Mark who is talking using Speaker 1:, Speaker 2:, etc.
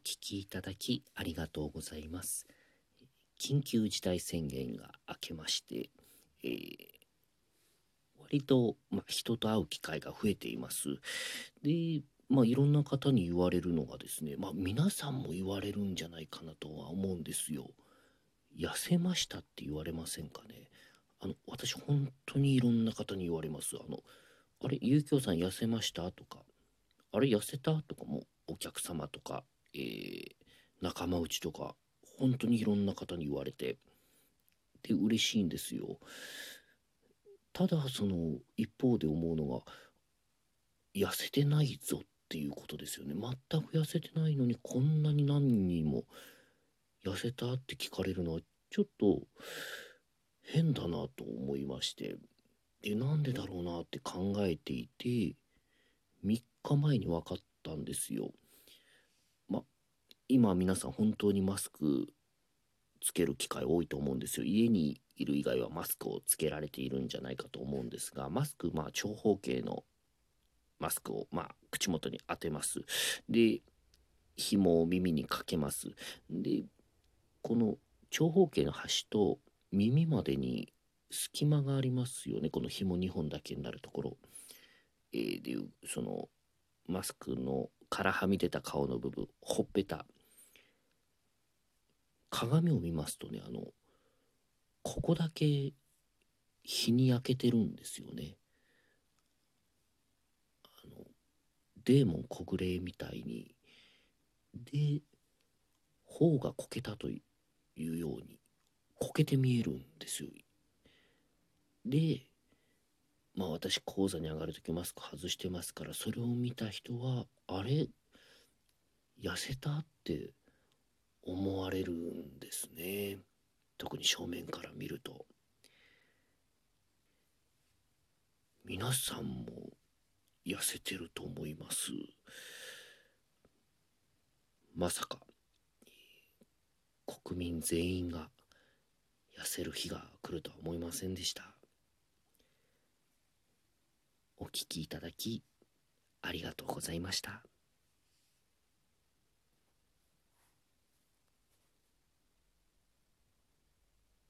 Speaker 1: 聞きいただきありがとうございます。緊急事態宣言が明けまして、割と、人と会う機会が増えています。で、いろんな方に言われるのがですね、皆さんも言われるんじゃないかなとは思うんですよ。痩せましたって言われませんかね。私本当にいろんな方に言われます。あれ、ゆうきょうさん痩せましたとか、あれ、痩せたとかもお客様とか、仲間内とか、本当にいろんな方に言われて、で、嬉しいんですよ。ただ、一方で思うのが、痩せてないぞっていうことですよね。全く痩せてないのに、こんなに何人も痩せたって聞かれるのは、ちょっと変だなと思いまして、で、なんでだろうなって考えていて、3日前に分かったんですよ。ま、今皆さん本当にマスクつける機会多いと思うんですよ。家にいる以外はマスクをつけられているんじゃないかと思うんですが、マスク、長方形のマスクを、口元に当てます。で、紐を耳にかけます。で、この長方形の端と耳までに隙間がありますよね。この紐2本だけになるところ。で、マスクのからはみ出た顔の部分、ほっぺた。鏡を見ますとね、ここだけ日に焼けてるんですよね。あのデーモン小暮みたいに。で、頬がこけたというようにこけて見えるんですよ。で、私講座に上がるときマスク外してますから、それを見た人はあれ、痩せたって思われるんですね。特に正面から見ると。皆さんも痩せてると思います。まさか国民全員が痩せる日が来るとは思いませんでした。お聞きいただきありがとうございました。